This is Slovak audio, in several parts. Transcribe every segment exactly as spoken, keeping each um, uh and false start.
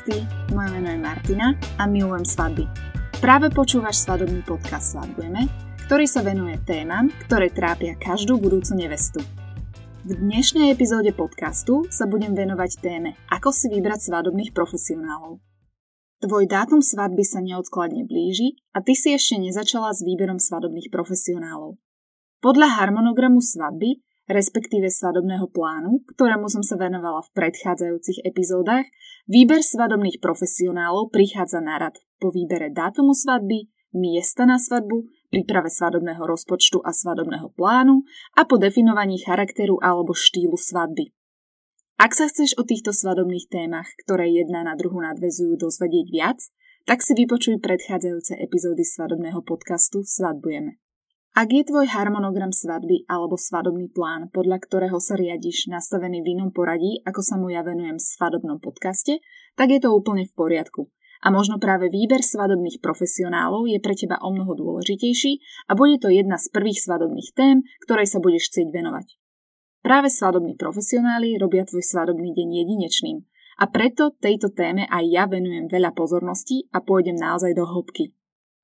podcasty, moje meno je Martina a milujem svadby. Práve počúvaš svadobný podcast Svadbujeme, ktorý sa venuje témam, ktoré trápia každú budúcu nevestu. V dnešnej epizóde podcastu sa budem venovať téme, ako si vybrať svadobných profesionálov. Tvoj dátum svadby sa neodkladne blíži a ty si ešte nezačala s výberom svadobných profesionálov. Podľa harmonogramu svadby, respektíve svadobného plánu, ktorému som sa venovala v predchádzajúcich epizódach, výber svadobných profesionálov prichádza na rad po výbere dátumu svadby, miesta na svadbu, príprave svadobného rozpočtu a svadobného plánu a po definovaní charakteru alebo štýlu svadby. Ak sa chceš o týchto svadobných témach, ktoré jedna na druhu nadväzujú, dozvedieť viac, tak si vypočuj predchádzajúce epizódy svadobného podcastu Svadbujeme. Ak je tvoj harmonogram svadby alebo svadobný plán, podľa ktorého sa riadiš, nastavený v inom poradí, ako sa mu ja venujem v svadobnom podcaste, tak je to úplne v poriadku. A možno práve výber svadobných profesionálov je pre teba omnoho dôležitejší a bude to jedna z prvých svadobných tém, ktorej sa budeš chcieť venovať. Práve svadobní profesionáli robia tvoj svadobný deň jedinečným a preto tejto téme aj ja venujem veľa pozorností a pôjdem naozaj do hĺbky.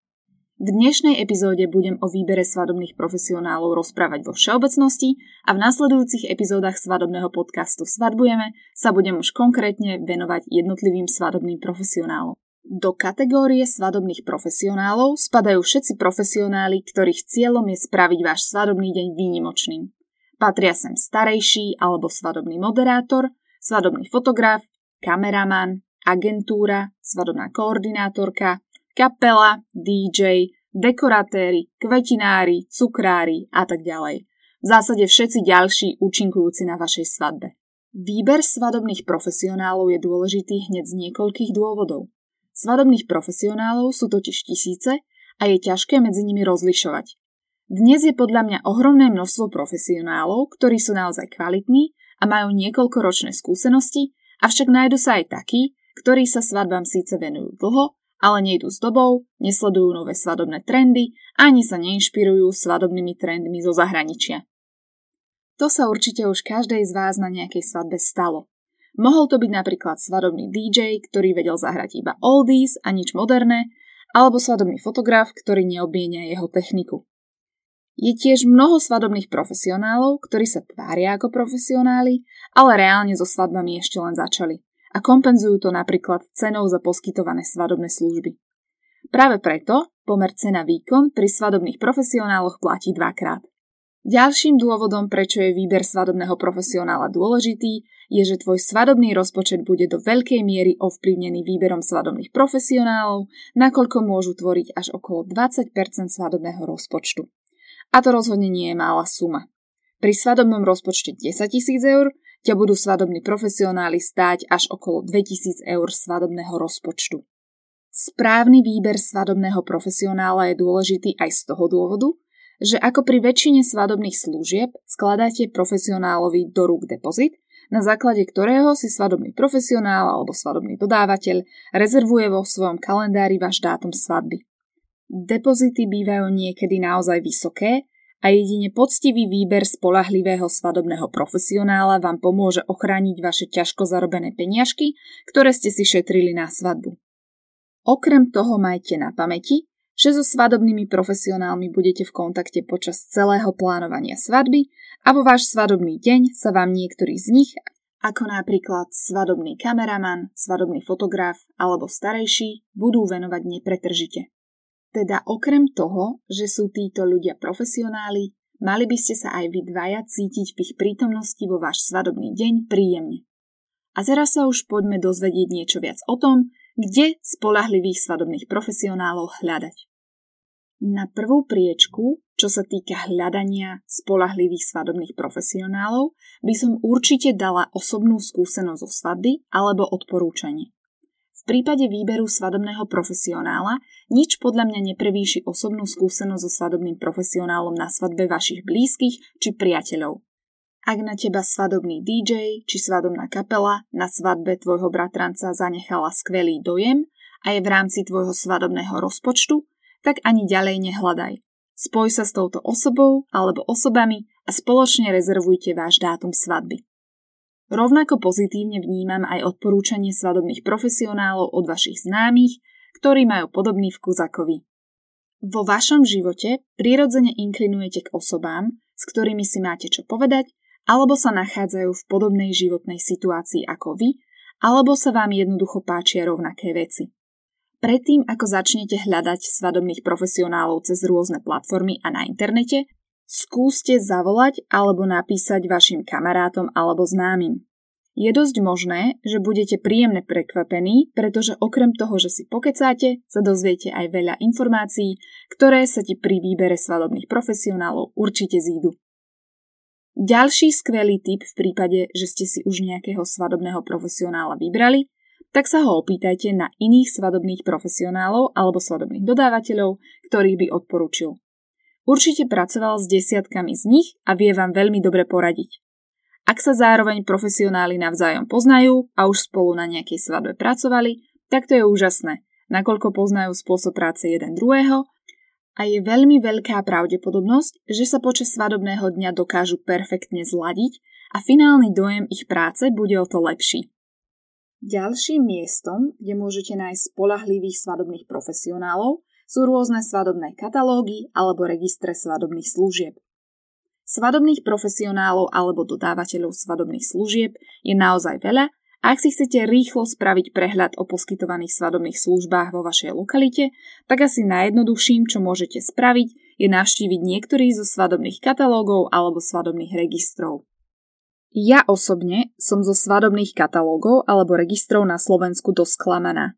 V dnešnej epizóde budem o výbere svadobných profesionálov rozprávať vo všeobecnosti a v nasledujúcich epizódach svadobného podcastu Svadbujeme sa budem už konkrétne venovať jednotlivým svadobným profesionálom. Do kategórie svadobných profesionálov spadajú všetci profesionáli, ktorých cieľom je spraviť váš svadobný deň výnimočným. Patria sem starejší alebo svadobný moderátor, svadobný fotograf, kameraman, agentúra, svadobná koordinátorka, kapela, dý džej, dekoratéri, kvetinári, cukrári a tak ďalej. V zásade všetci ďalší účinkujúci na vašej svadbe. Výber svadobných profesionálov je dôležitý hneď z niekoľkých dôvodov. Svadobných profesionálov sú totiž tisíce a je ťažké medzi nimi rozlišovať. Dnes je podľa mňa ohromné množstvo profesionálov, ktorí sú naozaj kvalitní a majú niekoľkoročné skúsenosti, avšak nájdu sa aj takí, ktorí sa svadbám síce venujú dlho, ale nejdú s dobou, nesledujú nové svadobné trendy ani sa neinšpirujú svadobnými trendmi zo zahraničia. To sa určite už každej z vás na nejakej svadbe stalo. Mohol to byť napríklad svadobný dý džej, ktorý vedel zahrať iba oldies a nič moderné, alebo svadobný fotograf, ktorý neobmienia jeho techniku. Je tiež mnoho svadobných profesionálov, ktorí sa tvária ako profesionáli, ale reálne so svadbami ešte len začali. A kompenzujú to napríklad cenou za poskytované svadobné služby. Práve preto pomer cena-výkon pri svadobných profesionáloch platí dvakrát. Ďalším dôvodom, prečo je výber svadobného profesionála dôležitý, je, že tvoj svadobný rozpočet bude do veľkej miery ovplyvnený výberom svadobných profesionálov, nakoľko môžu tvoriť až okolo dvadsať percent svadobného rozpočtu. A to rozhodne nie je mála suma. Pri svadobnom rozpočte desaťtisíc eur ťa budú svadobní profesionáli stáť až okolo dvetisíc eur svadobného rozpočtu. Správny výber svadobného profesionála je dôležitý aj z toho dôvodu, že ako pri väčšine svadobných služieb skladáte profesionálovi do rúk depozit, na základe ktorého si svadobný profesionál alebo svadobný dodávateľ rezervuje vo svojom kalendári váš dátum svadby. Depozity bývajú niekedy naozaj vysoké, a jedine poctivý výber spoľahlivého svadobného profesionála vám pomôže ochrániť vaše ťažko zarobené peniažky, ktoré ste si šetrili na svadbu. Okrem toho majte na pamäti, že so svadobnými profesionálmi budete v kontakte počas celého plánovania svadby a vo váš svadobný deň sa vám niektorí z nich, ako napríklad svadobný kameraman, svadobný fotograf alebo starejší, budú venovať nepretržite. Teda okrem toho, že sú títo ľudia profesionáli, mali by ste sa aj vy dvaja cítiť v ich prítomnosti vo váš svadobný deň príjemne. A teraz sa už poďme dozvedieť niečo viac o tom, kde spoľahlivých svadobných profesionálov hľadať. Na prvú priečku, čo sa týka hľadania spoľahlivých svadobných profesionálov, by som určite dala osobnú skúsenosť zo svadby alebo odporúčanie. V prípade výberu svadobného profesionála nič podľa mňa neprevýši osobnú skúsenosť so svadobným profesionálom na svadbe vašich blízkych či priateľov. Ak na teba svadobný dý džej či svadobná kapela na svadbe tvojho bratranca zanechala skvelý dojem a je v rámci tvojho svadobného rozpočtu, tak ani ďalej nehľadaj. Spoj sa s touto osobou alebo osobami a spoločne rezervujte váš dátum svadby. Rovnako pozitívne vnímam aj odporúčanie svadobných profesionálov od vašich známych, ktorí majú podobný vkus ako vy. Vo vašom živote prirodzene inklinujete k osobám, s ktorými si máte čo povedať, alebo sa nachádzajú v podobnej životnej situácii ako vy, alebo sa vám jednoducho páčia rovnaké veci. Predtým, ako začnete hľadať svadobných profesionálov cez rôzne platformy a na internete, skúste zavolať alebo napísať vašim kamarátom alebo známym. Je dosť možné, že budete príjemne prekvapení, pretože okrem toho, že si pokecáte, sa dozviete aj veľa informácií, ktoré sa ti pri výbere svadobných profesionálov určite zídu. Ďalší skvelý tip v prípade, že ste si už nejakého svadobného profesionála vybrali, tak sa ho opýtajte na iných svadobných profesionálov alebo svadobných dodávateľov, ktorých by odporúčil. Určite pracoval s desiatkami z nich a vie vám veľmi dobre poradiť. Ak sa zároveň profesionáli navzájom poznajú a už spolu na nejakej svadbe pracovali, tak to je úžasné, nakoľko poznajú spôsob práce jeden druhého a je veľmi veľká pravdepodobnosť, že sa počas svadobného dňa dokážu perfektne zladiť a finálny dojem ich práce bude o to lepší. Ďalším miestom, kde môžete nájsť spoľahlivých svadobných profesionálov, sú rôzne svadobné katalógy alebo registre svadobných služieb. Svadobných profesionálov alebo dodávateľov svadobných služieb je naozaj veľa a ak si chcete rýchlo spraviť prehľad o poskytovaných svadobných službách vo vašej lokalite, tak asi najjednoduchším, čo môžete spraviť, je navštíviť niektorý zo svadobných katalógov alebo svadobných registrov. Ja osobne som zo svadobných katalógov alebo registrov na Slovensku dosť sklamaná.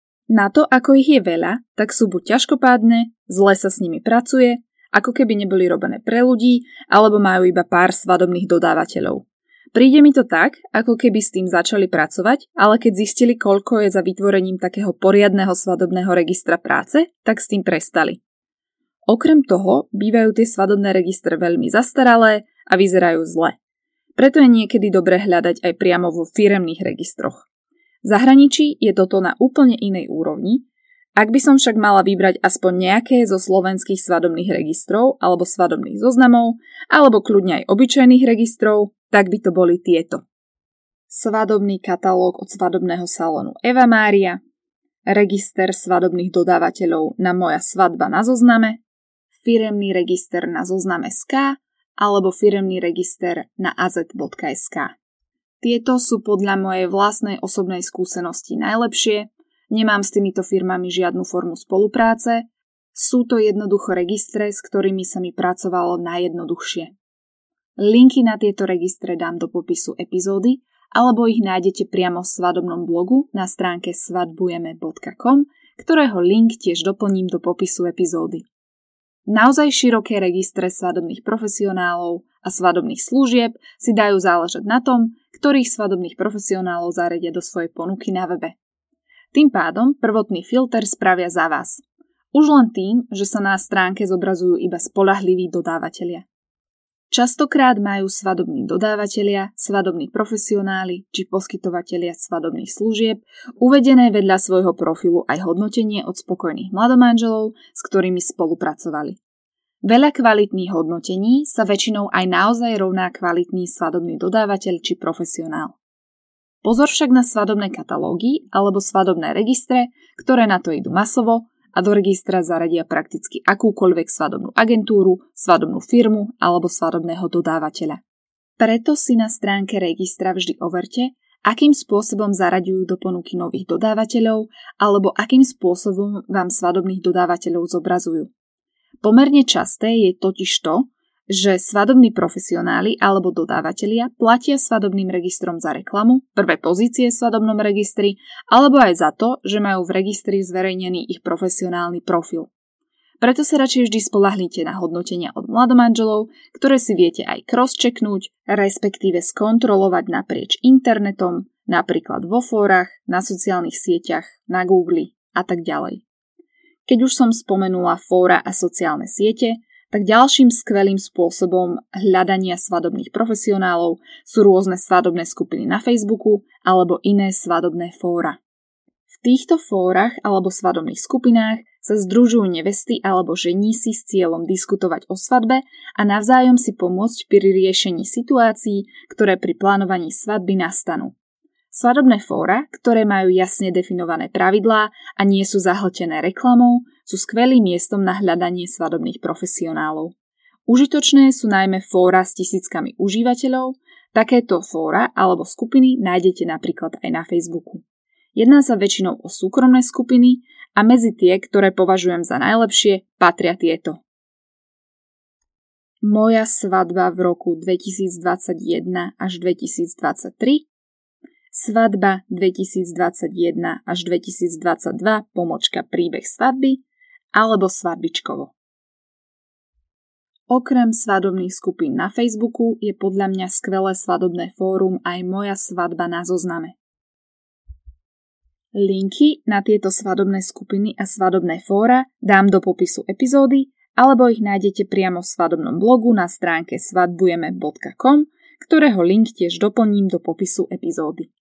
Na to, ako ich je veľa, tak sú buď ťažkopádne, zle sa s nimi pracuje, ako keby neboli robené pre ľudí, alebo majú iba pár svadobných dodávateľov. Príde mi to tak, ako keby s tým začali pracovať, ale keď zistili, koľko je za vytvorením takého poriadneho svadobného registra práce, tak s tým prestali. Okrem toho, bývajú tie svadobné registre veľmi zastaralé a vyzerajú zle. Preto je niekedy dobre hľadať aj priamo vo firemných registroch. V zahraničí je toto na úplne inej úrovni. Ak by som však mala vybrať aspoň nejaké zo slovenských svadobných registrov alebo svadobných zoznamov, alebo kľudne aj obyčajných registrov, tak by to boli tieto. Svadobný katalóg od svadobného salónu Eva Mária, register svadobných dodávateľov na Moja svadba na zozname, firemný register na zozname bodka es ká alebo firemný register na a zet bodka es ká. Tieto sú podľa mojej vlastnej osobnej skúsenosti najlepšie. Nemám s týmito firmami žiadnu formu spolupráce. Sú to jednoducho registre, s ktorými sa mi pracovalo najjednoduchšie. Linky na tieto registre dám do popisu epizódy, alebo ich nájdete priamo v svadobnom blogu na stránke svadbujeme bodka com, ktorého link tiež doplním do popisu epizódy. Naozaj široké registre svadobných profesionálov a svadobných služieb si dajú záležať na tom, ktorých svadobných profesionálov zaredia do svojej ponuky na webe. Tým pádom prvotný filter spravia za vás. Už len tým, že sa na stránke zobrazujú iba spoľahliví dodávateľia. Častokrát majú svadobní dodávateľia, svadobní profesionáli či poskytovatelia svadobných služieb uvedené vedľa svojho profilu aj hodnotenie od spokojných mladomanželov, s ktorými spolupracovali. Veľa kvalitných hodnotení sa väčšinou aj naozaj rovná kvalitný svadobný dodávateľ či profesionál. Pozor však na svadobné katalógy alebo svadobné registre, ktoré na to idú masovo a do registra zaradia prakticky akúkoľvek svadobnú agentúru, svadobnú firmu alebo svadobného dodávateľa. Preto si na stránke registra vždy overte, akým spôsobom zaraďujú do ponuky nových dodávateľov alebo akým spôsobom vám svadobných dodávateľov zobrazujú. Pomerne časté je totiž to, že svadobní profesionáli alebo dodávateľia platia svadobným registrom za reklamu, prvé pozície v svadobnom registri, alebo aj za to, že majú v registri zverejnený ich profesionálny profil. Preto sa radšej vždy spoľahnite na hodnotenia od mladomanželov, ktoré si viete aj cross-checknúť, respektíve skontrolovať naprieč internetom, napríklad vo fórach, na sociálnych sieťach, na Google a tak ďalej. Keď už som spomenula fóra a sociálne siete, tak ďalším skvelým spôsobom hľadania svadobných profesionálov sú rôzne svadobné skupiny na Facebooku alebo iné svadobné fóra. V týchto fórach alebo svadobných skupinách sa združujú nevesty alebo ženísi s cieľom diskutovať o svadbe a navzájom si pomôcť pri riešení situácií, ktoré pri plánovaní svadby nastanú. Svadobné fóra, ktoré majú jasne definované pravidlá a nie sú zahltené reklamou, sú skvelým miestom na hľadanie svadobných profesionálov. Užitočné sú najmä fóra s tisíckami užívateľov. Takéto fóra alebo skupiny nájdete napríklad aj na Facebooku. Jedná sa väčšinou o súkromné skupiny a medzi tie, ktoré považujem za najlepšie, patria tieto. Moja svadba v roku dvetisícdvadsaťjeden až dvetisícdvadsaťtri, svadba dvetisícdvadsaťjeden až dvetisícdvadsaťdva pomočka príbeh svadby alebo svadbičkovo. Okrem svadobných skupín na Facebooku je podľa mňa skvelé svadobné fórum aj Moja svadba na zozname. Linky na tieto svadobné skupiny a svadobné fóra dám do popisu epizódy alebo ich nájdete priamo v svadobnom blogu na stránke svadbujeme bodka com, ktorého link tiež doplním do popisu epizódy.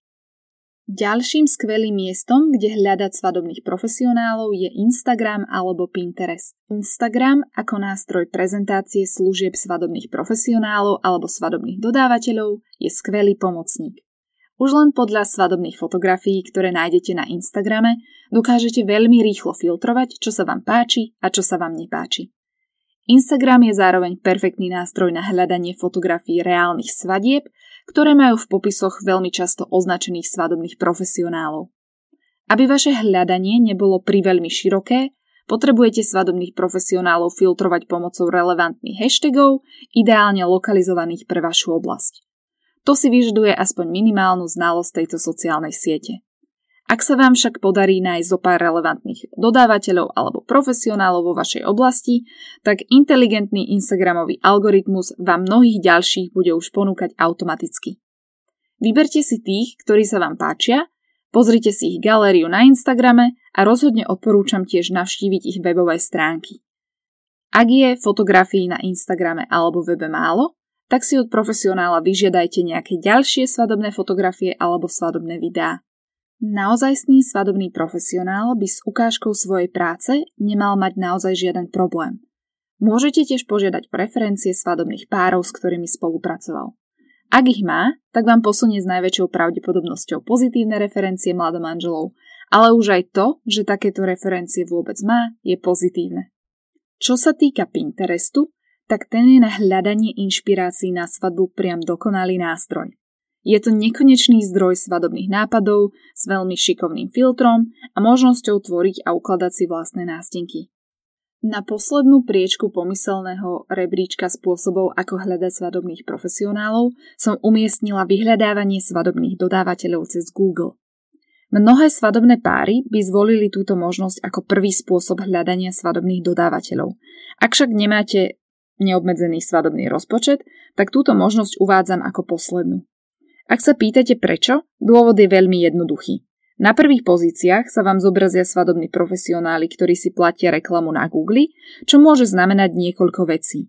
Ďalším skvelým miestom, kde hľadať svadobných profesionálov je Instagram alebo Pinterest. Instagram ako nástroj prezentácie služieb svadobných profesionálov alebo svadobných dodávateľov je skvelý pomocník. Už len podľa svadobných fotografií, ktoré nájdete na Instagrame, dokážete veľmi rýchlo filtrovať, čo sa vám páči a čo sa vám nepáči. Instagram je zároveň perfektný nástroj na hľadanie fotografií reálnych svadieb, ktoré majú v popisoch veľmi často označených svadobných profesionálov. Aby vaše hľadanie nebolo priveľmi široké, potrebujete svadobných profesionálov filtrovať pomocou relevantných hashtagov, ideálne lokalizovaných pre vašu oblasť. To si vyžaduje aspoň minimálnu znalosť tejto sociálnej siete. Ak sa vám však podarí nájsť zo pár relevantných dodávateľov alebo profesionálov vo vašej oblasti, tak inteligentný Instagramový algoritmus vám mnohých ďalších bude už ponúkať automaticky. Vyberte si tých, ktorí sa vám páčia, pozrite si ich galériu na Instagrame a rozhodne odporúčam tiež navštíviť ich webové stránky. Ak je fotografií na Instagrame alebo webe málo, tak si od profesionála vyžiadajte nejaké ďalšie svadobné fotografie alebo svadobné videá. Naozajstný svadobný profesionál by s ukážkou svojej práce nemal mať naozaj žiaden problém. Môžete tiež požiadať preferencie svadobných párov, s ktorými spolupracoval. Ak ich má, tak vám posunie s najväčšou pravdepodobnosťou pozitívne referencie mladomanželov, ale už aj to, že takéto referencie vôbec má, je pozitívne. Čo sa týka Pinterestu, tak ten je na hľadanie inšpirácií na svadbu priam dokonalý nástroj. Je to nekonečný zdroj svadobných nápadov s veľmi šikovným filtrom a možnosťou tvoriť a ukladať si vlastné nástenky. Na poslednú priečku pomyselného rebríčka spôsobov, ako hľadať svadobných profesionálov, som umiestnila vyhľadávanie svadobných dodávateľov cez Google. Mnohé svadobné páry by zvolili túto možnosť ako prvý spôsob hľadania svadobných dodávateľov. Ak však nemáte neobmedzený svadobný rozpočet, tak túto možnosť uvádzam ako poslednú. Ak sa pýtate prečo, dôvod je veľmi jednoduchý. Na prvých pozíciách sa vám zobrazia svadobní profesionáli, ktorí si platia reklamu na Google, čo môže znamenať niekoľko vecí.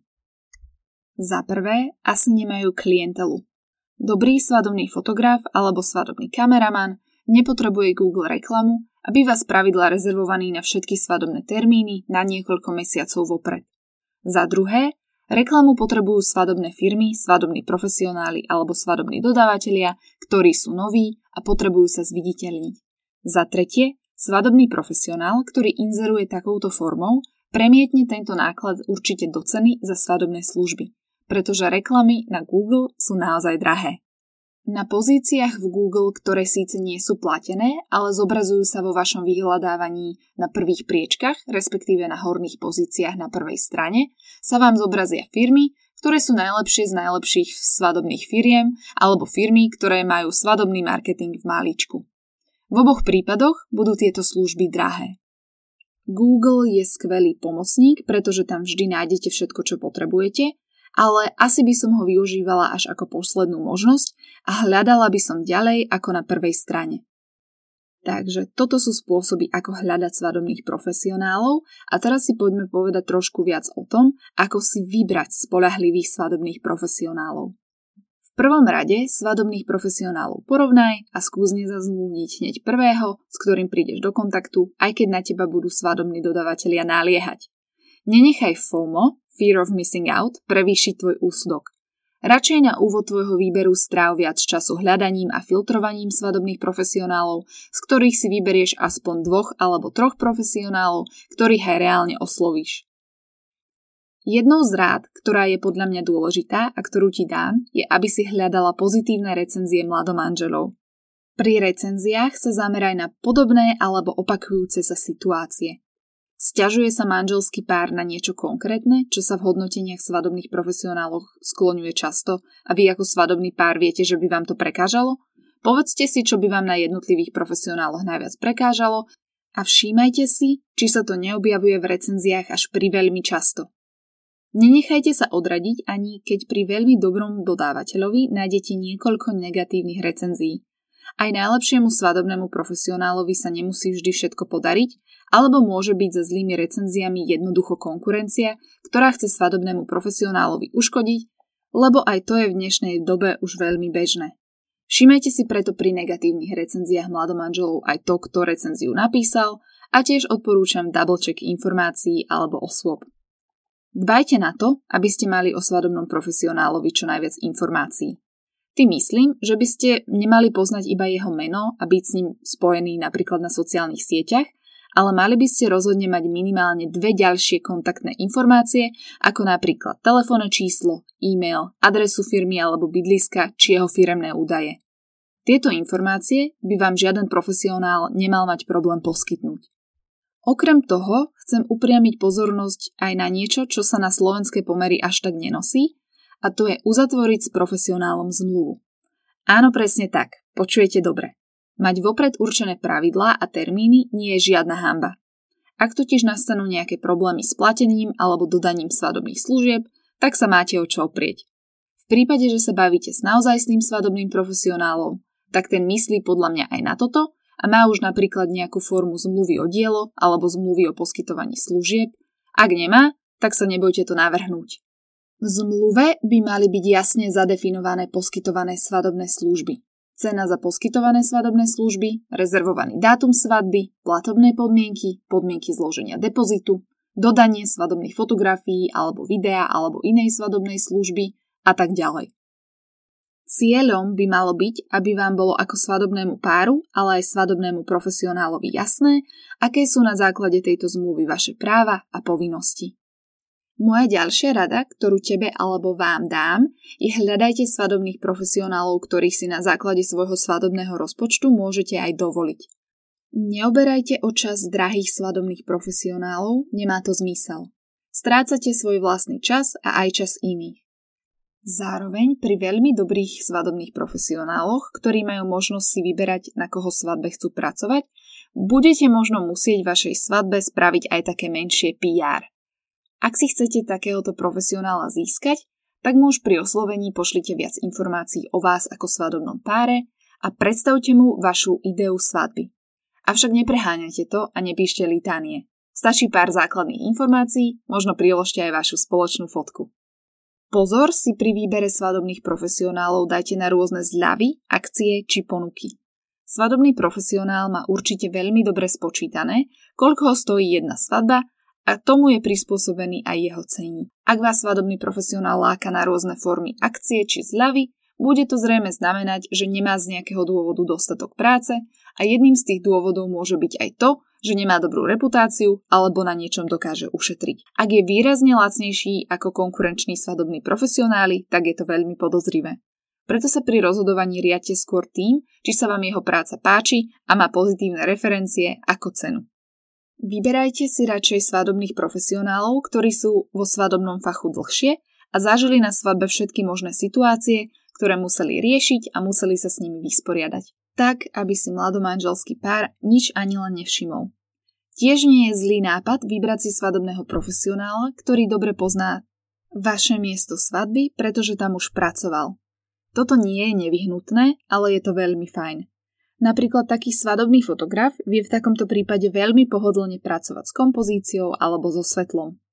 Za prvé, asi nemajú klientelu. Dobrý svadobný fotograf alebo svadobný kameraman nepotrebuje Google reklamu a býva spravidla rezervovaný na všetky svadobné termíny na niekoľko mesiacov vopred. Za druhé, reklamu potrebujú svadobné firmy, svadobní profesionáli alebo svadobní dodávateľia, ktorí sú noví a potrebujú sa zviditeľniť. Za tretie, svadobný profesionál, ktorý inzeruje takouto formou, premietne tento náklad určite do ceny za svadobné služby, pretože reklamy na Google sú naozaj drahé. Na pozíciách v Google, ktoré síce nie sú platené, ale zobrazujú sa vo vašom vyhľadávaní na prvých priečkach, respektíve na horných pozíciách na prvej strane, sa vám zobrazia firmy, ktoré sú najlepšie z najlepších svadobných firiem alebo firmy, ktoré majú svadobný marketing v maličku. V oboch prípadoch budú tieto služby drahé. Google je skvelý pomocník, pretože tam vždy nájdete všetko, čo potrebujete, ale asi by som ho využívala až ako poslednú možnosť a hľadala by som ďalej ako na prvej strane. Takže toto sú spôsoby, ako hľadať svadobných profesionálov a teraz si poďme povedať trošku viac o tom, ako si vybrať spoľahlivých svadobných profesionálov. V V prvom rade svadobných profesionálov porovnaj a skús nezazmluvniť hneď prvého, s ktorým prídeš do kontaktu, aj keď na teba budú svadobní dodavatelia naliehať. Nenechaj FOMO, Fear of Missing Out, prevýšiť tvoj úsudok. Radšej na úvod tvojho výberu stráv viac času hľadaním a filtrovaním svadobných profesionálov, z ktorých si vyberieš aspoň dvoch alebo troch profesionálov, ktorých aj reálne oslovíš. Jednou z rád, ktorá je podľa mňa dôležitá a ktorú ti dám, je, aby si hľadala pozitívne recenzie mladomanželov. Pri recenziách sa zameraj na podobné alebo opakujúce sa situácie. Sťažuje sa manželský pár na niečo konkrétne, čo sa v hodnoteniach svadobných profesionáloch skloňuje často a vy ako svadobný pár viete, že by vám to prekážalo? Povedzte si, čo by vám na jednotlivých profesionáloch najviac prekážalo a všímajte si, či sa to neobjavuje v recenziách až pri veľmi často. Nenechajte sa odradiť ani keď pri veľmi dobrom dodávateľovi nájdete niekoľko negatívnych recenzií. Aj najlepšiemu svadobnému profesionálovi sa nemusí vždy všetko podariť, alebo môže byť za zlými recenziami jednoducho konkurencia, ktorá chce svadobnému profesionálovi uškodiť, lebo aj to je v dnešnej dobe už veľmi bežné. Všimajte si preto pri negatívnych recenziách mladomanželov aj to, kto recenziu napísal a tiež odporúčam double check informácií alebo osôb. Dbajte na to, aby ste mali o svadobnom profesionálovi čo najviac informácií. Tým myslím, že by ste nemali poznať iba jeho meno a byť s ním spojený napríklad na sociálnych sieťach, ale mali by ste rozhodne mať minimálne dve ďalšie kontaktné informácie, ako napríklad telefónne číslo, e-mail, adresu firmy alebo bydliska či jeho firemné údaje. Tieto informácie by vám žiaden profesionál nemal mať problém poskytnúť. Okrem toho chcem upriamiť pozornosť aj na niečo, čo sa na slovenské pomery až tak nenosí, a to je uzatvoriť s profesionálom zmluvu. Áno, presne tak, počujete dobre. Mať vopred určené pravidlá a termíny nie je žiadna hanba. Ak totiž nastanú nejaké problémy s platením alebo dodaním svadobných služieb, tak sa máte o čo oprieť. V prípade, že sa bavíte s naozajstným svadobným profesionálom, tak ten myslí podľa mňa aj na toto a má už napríklad nejakú formu zmluvy o dielo alebo zmluvy o poskytovaní služieb. Ak nemá, tak sa nebojte to navrhnúť. V zmluve by mali byť jasne zadefinované poskytované svadobné služby. Cena za poskytované svadobné služby, rezervovaný dátum svadby, platobné podmienky, podmienky zloženia depozitu, dodanie svadobných fotografií alebo videa alebo inej svadobnej služby a tak ďalej. Cieľom by malo byť, aby vám bolo ako svadobnému páru, ale aj svadobnému profesionálovi jasné, aké sú na základe tejto zmluvy vaše práva a povinnosti. Moja ďalšia rada, ktorú tebe alebo vám dám, je hľadajte svadobných profesionálov, ktorých si na základe svojho svadobného rozpočtu môžete aj dovoliť. Neoberajte o čas drahých svadobných profesionálov, nemá to zmysel. Strácate svoj vlastný čas a aj čas iných. Zároveň pri veľmi dobrých svadobných profesionáloch, ktorí majú možnosť si vyberať, na koho svadbe chcú pracovať, budete možno musieť vašej svadbe spraviť aj také menšie pé er. Ak si chcete takéhoto profesionála získať, tak mu už pri oslovení pošlite viac informácií o vás ako svadobnom páre a predstavte mu vašu ideu svadby. Avšak nepreháňajte to a nepíšte litánie. Stačí pár základných informácií, možno priložte aj vašu spoločnú fotku. Pozor si pri výbere svadobných profesionálov dajte na rôzne zľavy, akcie či ponuky. Svadobný profesionál má určite veľmi dobre spočítané, koľko ho stojí jedna svadba a tomu je prispôsobený aj jeho cení. Ak vás svadobný profesionál láka na rôzne formy akcie či zľavy, bude to zrejme znamenať, že nemá z nejakého dôvodu dostatok práce a jedným z tých dôvodov môže byť aj to, že nemá dobrú reputáciu alebo na niečom dokáže ušetriť. Ak je výrazne lacnejší ako konkurenční svadobní profesionáli, tak je to veľmi podozrivé. Preto sa pri rozhodovaní riadte skôr tým, či sa vám jeho práca páči a má pozitívne referencie ako cenu. Vyberajte si radšej svadobných profesionálov, ktorí sú vo svadobnom fachu dlhšie a zažili na svadbe všetky možné situácie, ktoré museli riešiť a museli sa s nimi vysporiadať. Tak, aby si mladomanželský pár nič ani len nevšimol. Tiež nie je zlý nápad vybrať si svadobného profesionála, ktorý dobre pozná vaše miesto svadby, pretože tam už pracoval. Toto nie je nevyhnutné, ale je to veľmi fajn. Napríklad taký svadobný fotograf vie v takomto prípade veľmi pohodlne pracovať s kompozíciou alebo so svetlom.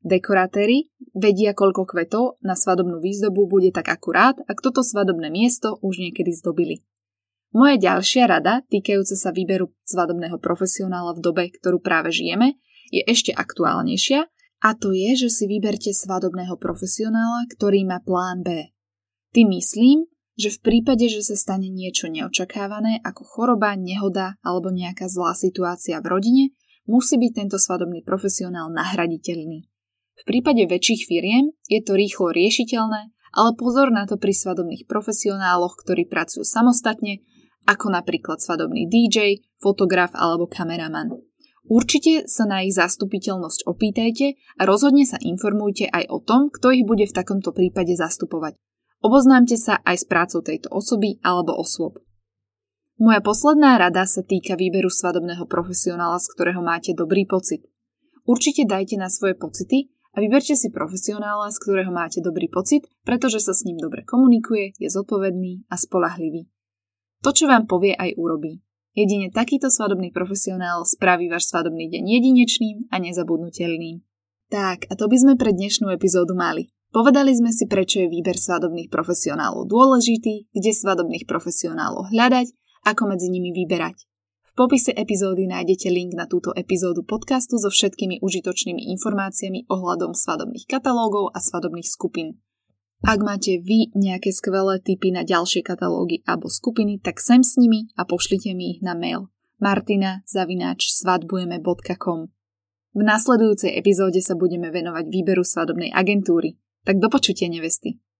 Dekoratéri vedia, koľko kvetov na svadobnú výzdobu bude tak akurát, ak toto svadobné miesto už niekedy zdobili. Moja ďalšia rada, týkajúca sa výberu svadobného profesionála v dobe, ktorú práve žijeme, je ešte aktuálnejšia a to je, že si vyberte svadobného profesionála, ktorý má plán B. Tým myslím, že v prípade, že sa stane niečo neočakávané ako choroba, nehoda alebo nejaká zlá situácia v rodine, musí byť tento svadobný profesionál nahraditeľný. V prípade väčších firiem je to rýchlo riešiteľné, ale pozor na to pri svadobných profesionáloch, ktorí pracujú samostatne, ako napríklad svadobný dý džej, fotograf alebo kameraman. Určite sa na ich zastupiteľnosť opýtajte a rozhodne sa informujte aj o tom, kto ich bude v takomto prípade zastupovať. Oboznámte sa aj s prácou tejto osoby alebo osôb. Moja posledná rada sa týka výberu svadobného profesionála, z ktorého máte dobrý pocit. Určite dajte na svoje pocity a vyberte si profesionála, z ktorého máte dobrý pocit, pretože sa s ním dobre komunikuje, je zodpovedný a spoľahlivý. To, čo vám povie, aj urobí. Jedine takýto svadobný profesionál spraví váš svadobný deň jedinečným a nezabudnutelným. Tak, a to by sme pre dnešnú epizódu mali. Povedali sme si, prečo je výber svadobných profesionálov dôležitý, kde svadobných profesionálov hľadať, ako medzi nimi vyberať. V popise epizódy nájdete link na túto epizódu podcastu so všetkými užitočnými informáciami ohľadom svadobných katalógov a svadobných skupín. Ak máte vy nejaké skvelé tipy na ďalšie katalógy alebo skupiny, tak sem s nimi a pošlite mi ich na mail martina zavináč svadbujeme bodka com. V nasledujúcej epizóde sa budeme venovať výberu svadobnej agentúry. Tak do počutia, nevesty.